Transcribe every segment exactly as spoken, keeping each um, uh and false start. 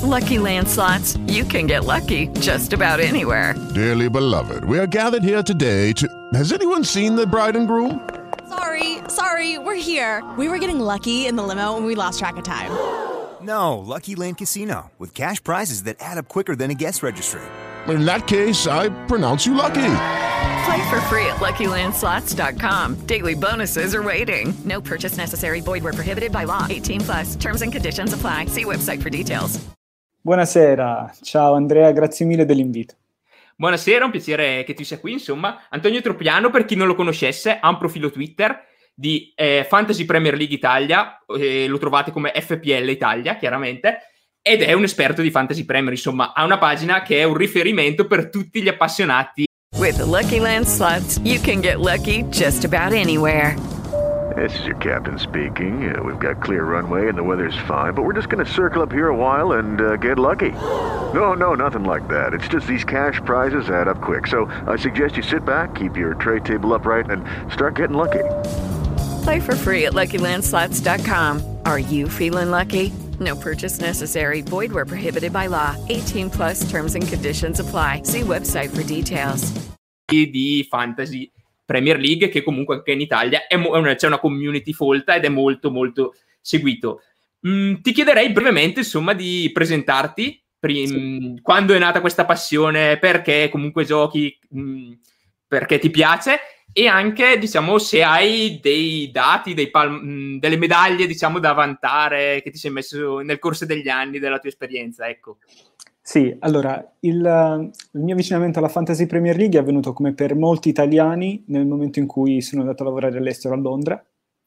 Lucky Land Slots, you can get lucky just about anywhere. Dearly beloved, we are gathered here today to... Has anyone seen the bride and groom? Sorry, sorry, we're here. We were getting lucky in the limo and we lost track of time. No, Lucky Land Casino, with cash prizes that add up quicker than a guest registry. In that case, I pronounce you lucky. Play for free at Lucky Land Slots dot com. Daily bonuses are waiting. No purchase necessary. Void where prohibited by law. eighteen plus. Terms and conditions apply. See website for details. Buonasera, ciao Andrea, grazie mille dell'invito. Buonasera, un piacere che tu sia qui, insomma. Antonio Tropiano, per chi non lo conoscesse, ha un profilo Twitter di eh, Fantasy Premier League Italia, eh, lo trovate come F P L Italia, chiaramente, ed è un esperto di Fantasy Premier, insomma, ha una pagina che è un riferimento per tutti gli appassionati. With the Lucky Land Slots, you can get lucky just about anywhere. This is your captain speaking. Uh, we've got clear runway and the weather's fine, but we're just going to circle up here a while and uh, get lucky. No, no, nothing like that. It's just these cash prizes add up quick. So I suggest you sit back, keep your tray table upright, and start getting lucky. Play for free at Lucky Land Slots dot com. Are you feeling lucky? No purchase necessary. Void where prohibited by law. eighteen plus terms and conditions apply. See website for details. Di Fantasy Premier League, che comunque anche in Italia è mo- c'è una community folta ed è molto molto seguito. Mm, ti chiederei brevemente, insomma, di presentarti, prim- sì. Quando è nata questa passione, perché comunque giochi, mh, perché ti piace, e anche, diciamo, se hai dei dati, dei pal- mh, delle medaglie, diciamo, da vantare che ti sei messo nel corso degli anni della tua esperienza, ecco. Sì, allora, il, il mio avvicinamento alla Fantasy Premier League è avvenuto come per molti italiani nel momento in cui sono andato a lavorare all'estero a Londra,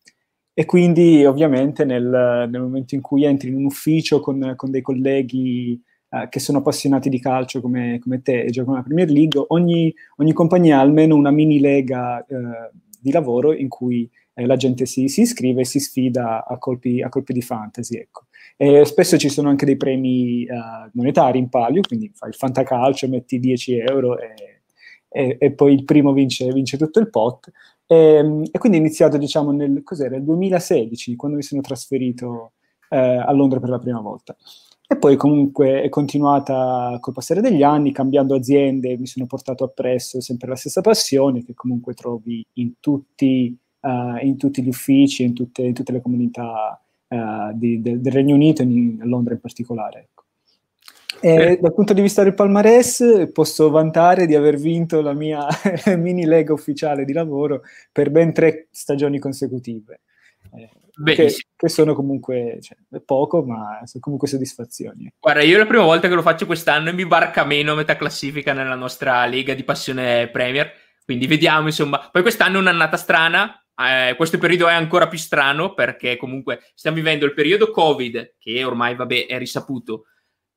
e quindi ovviamente nel, nel momento in cui entri in un ufficio con, con dei colleghi eh, che sono appassionati di calcio come, come te e giocano alla Premier League, ogni, ogni compagnia ha almeno una mini lega eh, di lavoro in cui eh, la gente si, si iscrive e si sfida a colpi, a colpi di fantasy, ecco. E spesso ci sono anche dei premi uh, monetari in palio, quindi fai il fantacalcio, metti dieci euro e, e, e poi il primo vince, vince tutto il pot. E, e quindi ho iniziato, diciamo, nel, cos'era, nel duemilasedici, quando mi sono trasferito eh, a Londra per la prima volta. E poi comunque è continuata col passare degli anni, cambiando aziende, mi sono portato appresso sempre la stessa passione che comunque trovi in tutti, uh, in tutti gli uffici, in tutte, in tutte le comunità Uh, di, de, del Regno Unito e in, a Londra in particolare, ecco. E eh. Dal punto di vista del palmarès posso vantare di aver vinto la mia mini lega ufficiale di lavoro per ben tre stagioni consecutive, eh, che, che sono comunque, cioè, poco, ma sono comunque soddisfazioni. Guarda, io è la prima volta che lo faccio quest'anno e mi barca meno a metà classifica nella nostra lega di passione Premier, quindi vediamo, insomma. Poi quest'anno è un'annata strana. Eh, questo periodo è ancora più strano perché comunque stiamo vivendo il periodo Covid, che ormai vabbè è risaputo,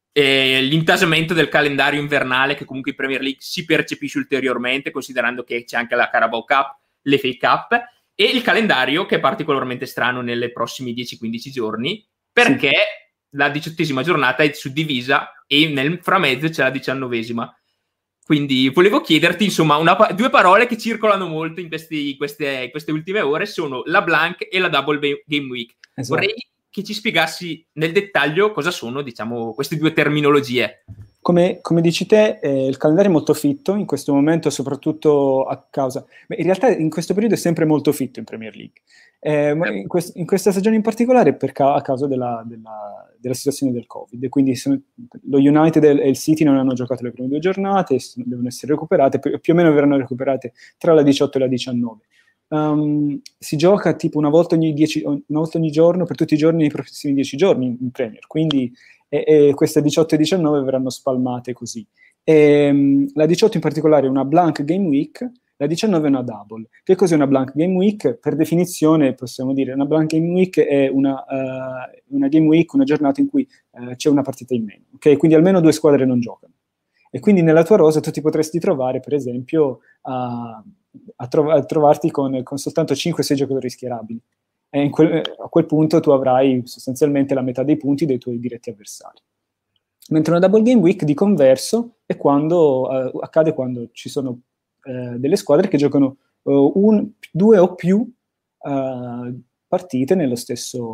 e l'intasamento del calendario invernale che comunque in Premier League si percepisce ulteriormente, considerando che c'è anche la Carabao Cup, l'F A Cup, e il calendario che è particolarmente strano nei prossimi dieci quindici giorni perché sì. La diciottesima giornata è suddivisa e nel framezzo c'è la diciannovesima. Quindi volevo chiederti, insomma, una, due parole che circolano molto in questi, queste, queste ultime ore sono la blank e la double game week. Esatto. Vorrei che ci spiegassi nel dettaglio cosa sono, diciamo, queste due terminologie. Come, come dici te, eh, il calendario è molto fitto in questo momento, soprattutto a causa... Beh, in realtà in questo periodo è sempre molto fitto in Premier League. Eh, ma in, quest- in questa stagione in particolare per ca- a causa della, della, della situazione del Covid, quindi sono, lo United e il City non hanno giocato le prime due giornate, devono essere recuperate, più, più o meno verranno recuperate tra la diciotto e la diciannove. Um, si gioca tipo una volta ogni dieci, una volta ogni giorno per tutti i giorni nei prossimi dieci giorni in, in Premier, quindi e, e queste diciotto e diciannove verranno spalmate così. E, um, la diciotto in particolare è una blank game week, la diciannove è una double. Che cos'è una blank game week? Per definizione possiamo dire una blank game week è una, uh, una game week, una giornata in cui uh, c'è una partita in meno, ok? Quindi almeno due squadre non giocano. E quindi nella tua rosa tu ti potresti trovare, per esempio, a, a, tro- a trovarti con, con soltanto cinque sei giocatori schierabili. E in quel, a quel punto tu avrai sostanzialmente la metà dei punti dei tuoi diretti avversari. Mentre una double game week, di converso, è quando uh, accade quando ci sono uh, delle squadre che giocano uh, un, due o più uh, partite nello stesso,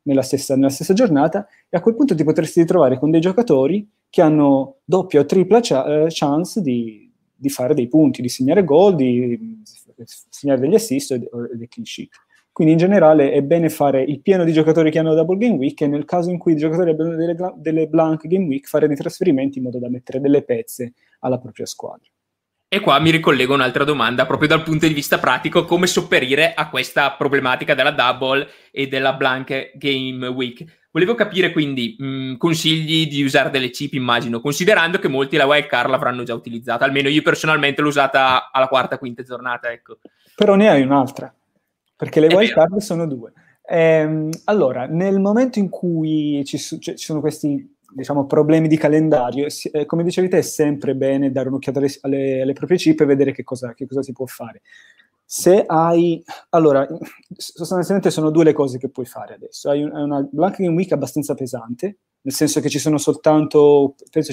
nella stessa, nella stessa giornata, e a quel punto ti potresti ritrovare con dei giocatori che hanno doppia o tripla cia- chance di, di fare dei punti, di segnare gol, di, di segnare degli assist e dei clean sheet. Quindi in generale è bene fare il pieno di giocatori che hanno double game week, e nel caso in cui i giocatori abbiano delle, delle blank game week, fare dei trasferimenti in modo da mettere delle pezze alla propria squadra. E qua mi ricollego un'altra domanda, proprio dal punto di vista pratico: come sopperire a questa problematica della double e della blank game week? Volevo capire quindi mh, consigli di usare delle chip, immagino, considerando che molti la wildcard l'avranno già utilizzata, almeno io personalmente l'ho usata alla quarta, quinta giornata, ecco. Però ne hai un'altra, perché le È wildcard vero. sono due. Ehm, allora, nel momento in cui ci, su- ci sono questi, diciamo, problemi di calendario, si- eh, come dicevi te, è sempre bene dare un'occhiata alle, alle, alle proprie chip e vedere che cosa, che cosa si può fare. Se hai... Allora, sostanzialmente sono due le cose che puoi fare adesso. Hai un- hai una blank game week abbastanza pesante, nel senso che ci sono soltanto, penso,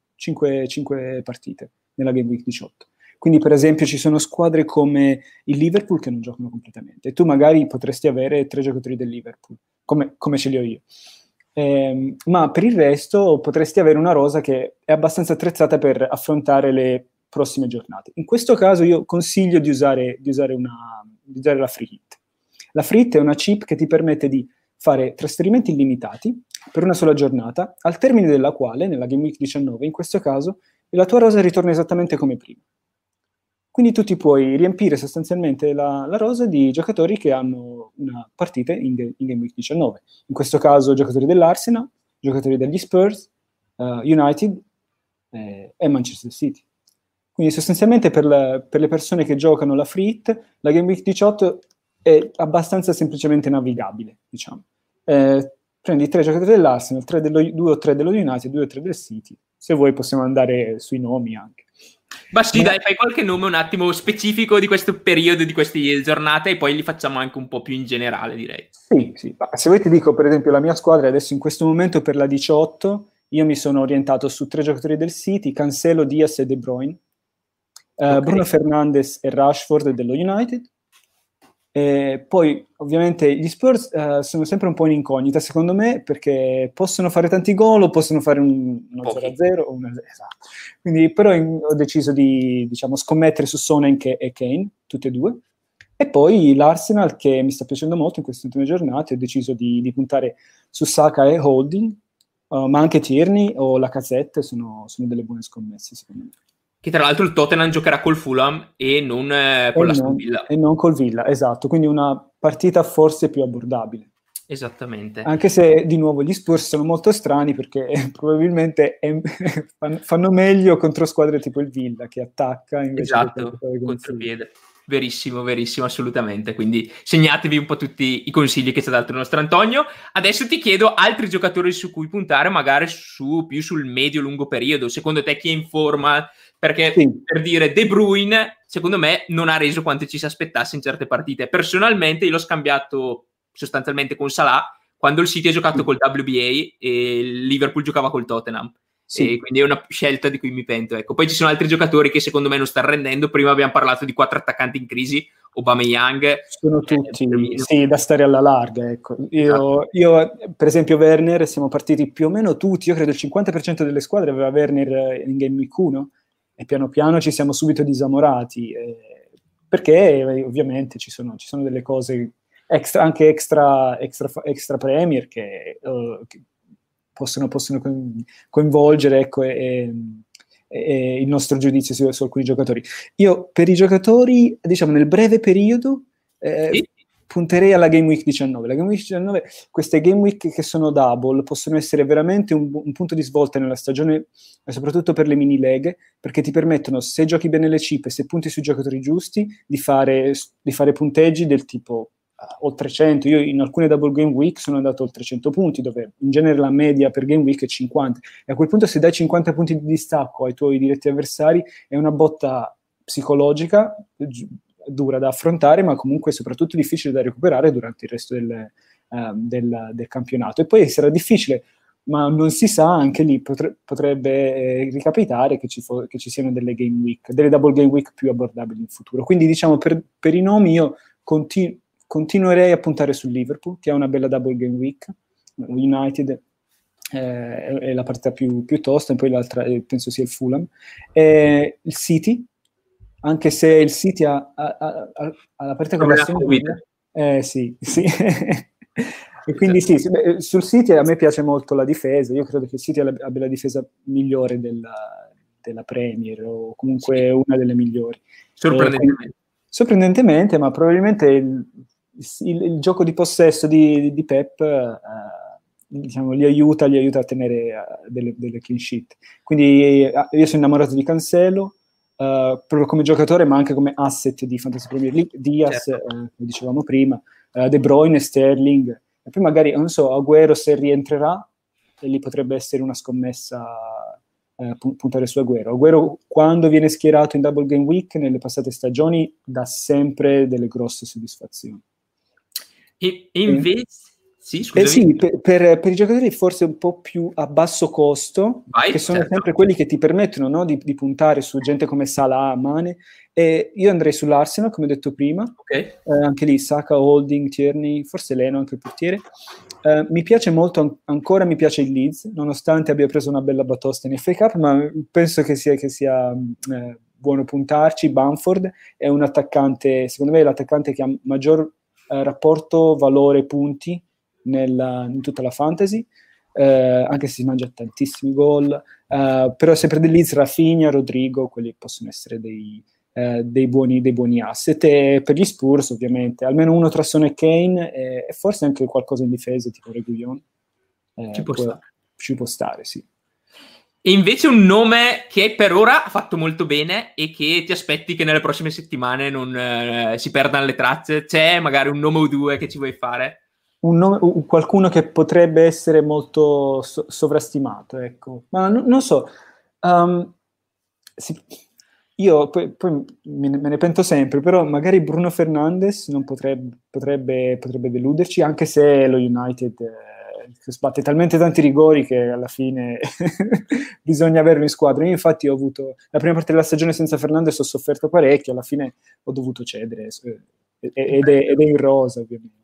cinque partite nella game week diciotto. Quindi, per esempio, ci sono squadre come il Liverpool che non giocano completamente, e tu magari potresti avere tre giocatori del Liverpool, come, come ce li ho io. Ehm, ma per il resto potresti avere una rosa che è abbastanza attrezzata per affrontare le prossime giornate. In questo caso io consiglio di usare, di usare, una, di usare la free hit. La free hit è una chip che ti permette di fare trasferimenti illimitati per una sola giornata, al termine della quale, nella game week diciannove, in questo caso, la tua rosa ritorna esattamente come prima. Quindi tu ti puoi riempire sostanzialmente la, la rosa di giocatori che hanno una partita in, in Game Week diciannove. In questo caso giocatori dell'Arsenal, giocatori degli Spurs, uh, United eh, e Manchester City. Quindi sostanzialmente per, la, per le persone che giocano la free hit, la Game Week diciotto è abbastanza semplicemente navigabile, diciamo. Eh, prendi tre giocatori dell'Arsenal, tre dello, due o tre dello United, due o tre del City. Se vuoi possiamo andare sui nomi anche. Ma sì, dai, fai qualche nome un attimo specifico di questo periodo, di queste giornate, e poi li facciamo anche un po' più in generale, direi. Sì, sì. Se vuoi ti dico, per esempio, la mia squadra adesso in questo momento per la diciotto, io mi sono orientato su tre giocatori del City, Cancelo, Diaz e De Bruyne, uh, okay. Bruno Fernandes e Rashford dello United. E poi ovviamente gli Spurs uh, sono sempre un po' in incognita secondo me, perché possono fare tanti gol o possono fare un, uno zero a zero o una, esatto. Quindi però in, ho deciso di, diciamo, scommettere su Son e Kane, tutte e due, e poi l'Arsenal, che mi sta piacendo molto in queste ultime giornate, ho deciso di, di puntare su Saka e Holding, uh, ma anche Tierney o Lacazette sono, sono delle buone scommesse secondo me. Che tra l'altro il Tottenham giocherà col Fulham e non eh, con e la non, Villa. E non col Villa, esatto, quindi una partita forse più abbordabile. Esattamente. Anche se, di nuovo, gli Spurs sono molto strani, perché probabilmente è, fanno meglio contro squadre tipo il Villa, che attacca invece esatto, che contropiede. Verissimo, verissimo, assolutamente. Quindi segnatevi un po' tutti i consigli che ci ha dato il nostro Antonio. Adesso ti chiedo altri giocatori su cui puntare, magari su, più sul medio-lungo periodo. Secondo te chi è in forma? Perché, sì, per dire, De Bruyne, secondo me, non ha reso quanto ci si aspettasse in certe partite. Personalmente, io l'ho scambiato sostanzialmente con Salah, quando il City ha giocato sì. col W B A e il Liverpool giocava col Tottenham. Sì. E quindi è una scelta di cui mi pento, ecco. Poi ci sono altri giocatori che secondo me non stanno rendendo. Prima abbiamo parlato di quattro attaccanti in crisi, Aubameyang. Sono tutti, eh, sì, da stare alla larga, ecco. Io, esatto. io, per esempio, Werner, siamo partiti più o meno tutti, io credo il cinquanta per cento delle squadre aveva Werner in Game Week uno, e piano piano ci siamo subito disamorati, eh, perché eh, ovviamente ci sono, ci sono delle cose extra, anche extra, extra, extra Premier che, uh, che possono, possono coinvolgere, ecco, e, e il nostro giudizio su, su alcuni giocatori. Io per i giocatori, diciamo, nel breve periodo eh, sì. punterei alla Game Week diciannove. La Game Week diciannove, queste Game Week che sono double, possono essere veramente un, un punto di svolta nella stagione, soprattutto per le mini leghe, perché ti permettono, se giochi bene le chip e se punti sui giocatori giusti, di fare, di fare punteggi del tipo oltre cento. Io in alcune double game week sono andato oltre cento punti, dove in genere la media per game week è cinquanta, e a quel punto se dai cinquanta punti di distacco ai tuoi diretti avversari è una botta psicologica dura da affrontare, ma comunque soprattutto difficile da recuperare durante il resto del, uh, del, del campionato. E poi sarà difficile, ma non si sa, anche lì potre, potrebbe eh, ricapitare che ci, fo- che ci siano delle game week, delle double game week più abbordabili in futuro. Quindi diciamo per, per i nomi io continuo continuerei a puntare sul Liverpool, che ha una bella double game week, United eh, è la partita più, più tosta, e poi l'altra eh, penso sia il Fulham. Eh, il City, anche se il City ha, ha, ha, ha la partita con la Sony, eh sì, sì. E quindi sì, sul City a me piace molto la difesa, io credo che il City abbia la difesa migliore della, della Premier, o comunque sì, una delle migliori. Sorprendentemente. Eh, sorprendentemente, ma probabilmente il, il, il gioco di possesso di, di Pep eh, diciamo, li aiuta, li aiuta a tenere uh, delle, delle clean sheet. Quindi uh, io sono innamorato di Cancelo, Uh, proprio come giocatore, ma anche come asset di Fantasy Premier League. Diaz, certo. uh, come dicevamo prima, uh, De Bruyne, Sterling, e poi magari, non so, Agüero se rientrerà, e lì potrebbe essere una scommessa uh, puntare su Agüero. Agüero, quando viene schierato in Double Game Week nelle passate stagioni, dà sempre delle grosse soddisfazioni. E, e invece... E, Sì, eh sì, per, per, per i giocatori forse un po' più a basso costo, Vai, che sono certo. sempre quelli che ti permettono, no, di, di puntare su gente come Salah, Mane, e io andrei sull'Arsenal, come ho detto prima, okay. eh, anche lì Saka, Holding, Tierney, forse Leno, anche il portiere. Eh, mi piace molto, an- ancora mi piace il Leeds, nonostante abbia preso una bella batosta in F A Cup, ma penso che sia, che sia eh, buono puntarci. Bamford è un attaccante, secondo me è l'attaccante che ha maggior eh, rapporto valore-punti Nella, in tutta la fantasy, eh, anche se si mangia tantissimi gol, eh, però sempre del Leeds, Rafinha, Rodrigo, quelli possono essere dei, eh, dei, buoni, dei buoni asset. E per gli Spurs ovviamente almeno uno tra Son e Kane, e, e forse anche qualcosa in difesa tipo Reguilon, eh, ci, può può, ci può stare, sì. E invece un nome che per ora ha fatto molto bene e che ti aspetti che nelle prossime settimane non eh, si perdano le tracce, c'è magari un nome o due che ci vuoi fare? Un nome, un, qualcuno che potrebbe essere molto so, sovrastimato, ecco. Ma no, non so, um, si, io poi, poi me, ne, me ne pento sempre, però magari Bruno Fernandes non potrebbe, potrebbe, potrebbe deluderci, anche se lo United eh, sbatte talmente tanti rigori che alla fine bisogna averlo in squadra. Io infatti ho avuto, la prima parte della stagione senza Fernandes ho sofferto parecchio, alla fine ho dovuto cedere, ed è, ed è in rosa ovviamente.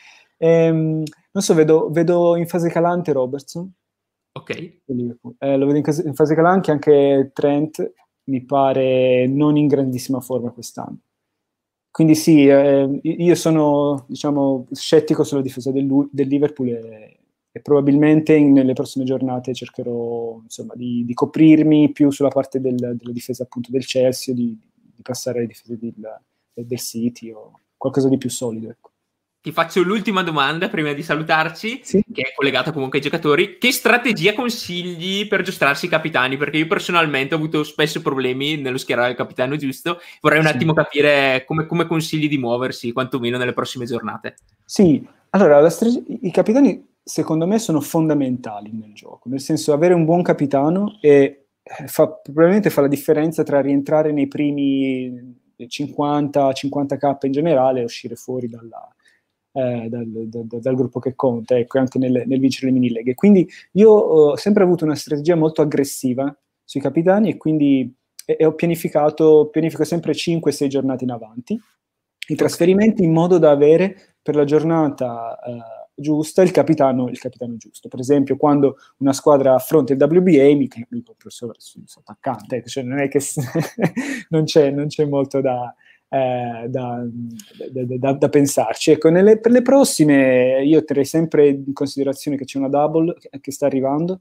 Ehm, non so, vedo, vedo in fase calante Robertson, ok, eh, lo vedo in, cas- in fase calante, anche Trent mi pare non in grandissima forma quest'anno, quindi sì, eh, io sono, diciamo, scettico sulla difesa del, del Liverpool, e, e probabilmente in, nelle prossime giornate cercherò, insomma, di, di coprirmi più sulla parte del, della difesa appunto del Chelsea, di, di passare alle difese del, del City o qualcosa di più solido, ecco. Ti faccio l'ultima domanda prima di salutarci, sì? che è collegata comunque ai giocatori. Che strategia consigli per giostrarsi i capitani? Perché io personalmente ho avuto spesso problemi nello schierare il capitano giusto. Vorrei un sì. attimo capire come, come consigli di muoversi, quantomeno nelle prossime giornate. Sì, allora la strate- i capitani secondo me sono fondamentali nel gioco, nel senso avere un buon capitano e fa, probabilmente fa la differenza tra rientrare nei primi cinquanta cinquanta k in generale e uscire fuori dalla... Eh, dal, dal, dal gruppo che conta, ecco, anche nel, nel vincere le mini leghe. Quindi io ho sempre avuto una strategia molto aggressiva sui capitani, e quindi e, e ho pianificato pianifico sempre cinque sei giornate in avanti i trasferimenti, in modo da avere per la giornata eh, giusta il capitano, il capitano giusto. Per esempio, quando una squadra affronta il W B A, mi, mi compro solo sul attaccante, cioè non è che non c'è, non c'è molto da Eh, da, da, da, da pensarci. Ecco, nelle, per le prossime io terrei sempre in considerazione che c'è una double che, che sta arrivando,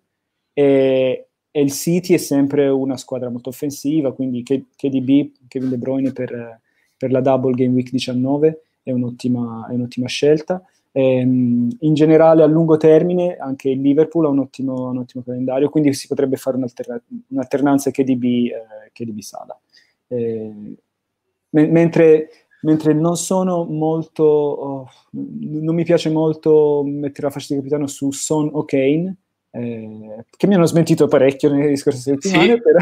e, e il City è sempre una squadra molto offensiva, quindi K D B, Kevin De Bruyne per, per la double Game Week diciannove è un'ottima, è un'ottima scelta. E, in generale a lungo termine anche il Liverpool ha un ottimo, un ottimo calendario, quindi si potrebbe fare un'alterna- un'alternanza K D B, eh, K D B Salah. Eh, Mentre, mentre non sono molto, oh, non mi piace molto mettere la fascia di capitano su Son o Kane, eh, che mi hanno smentito parecchio nelle scorse settimane, sì. Però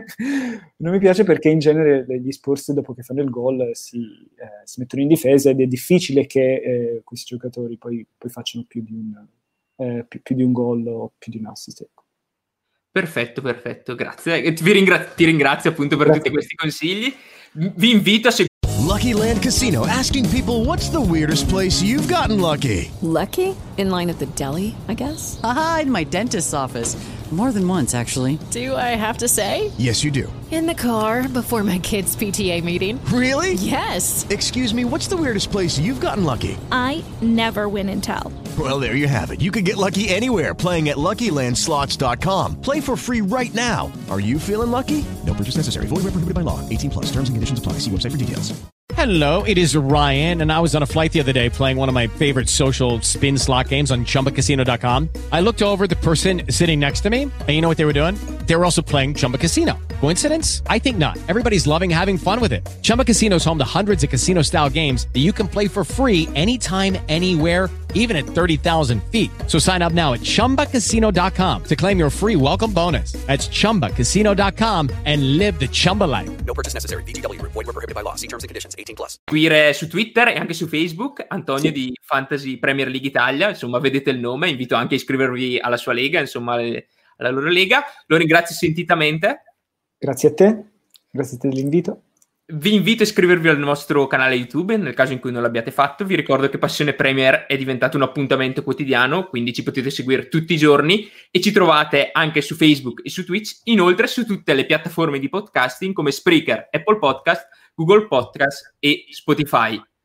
non mi piace perché in genere gli Spurs dopo che fanno il gol si, eh, si mettono in difesa, ed è difficile che eh, questi giocatori poi, poi facciano più di, un, eh, più, più di un gol o più di un assist, ecco. Perfetto, perfetto, grazie. Ti ringrazio, ti ringrazio appunto per grazie. Tutti questi consigli. Vi invito a seguire Lucky Land Casino, asking people, what's the weirdest place you've gotten lucky? Lucky? In line at the deli, I guess? Aha, in my dentist's office. More than once, actually. Do I have to say? Yes, you do. In the car before my kids' P T A meeting. Really? Yes. Excuse me, what's the weirdest place you've gotten lucky? I never win and tell. Well, there you have it. You can get lucky anywhere, playing at Lucky Land Slots dot com. Play for free right now. Are you feeling lucky? No purchase necessary. Void where prohibited by law. eighteen plus. Terms and conditions apply. See website for details. Hello, it is Ryan, and I was on a flight the other day playing one of my favorite social spin slot games on Chumba Casino dot com. I looked over at the person sitting next to me, and you know what they were doing? They were also playing Chumba Casino. Coincidence? I think not. Everybody's loving having fun with it. Chumba Casino is home to hundreds of casino-style games that you can play for free anytime, anywhere, even at thirty thousand feet. So sign up now at Chumba Casino dot com to claim your free welcome bonus. That's Chumba Casino dot com and live the Chumba life. No purchase necessary. V G W. Void where prohibited by law. See terms and conditions. eighteen plus. Seguire su Twitter e anche su Facebook Antonio sì. di Fantasy Premier League Italia, insomma vedete il nome, invito anche a iscrivervi alla sua lega, insomma alla loro lega. Lo ringrazio sentitamente. Grazie a te, grazie a te dell'invito. Vi invito a iscrivervi al nostro canale YouTube nel caso in cui non l'abbiate fatto. Vi ricordo che Passione Premier è diventato un appuntamento quotidiano, quindi ci potete seguire tutti i giorni e ci trovate anche su Facebook e su Twitch, inoltre su tutte le piattaforme di podcasting come Spreaker, Apple Podcast, Google Podcast e Spotify.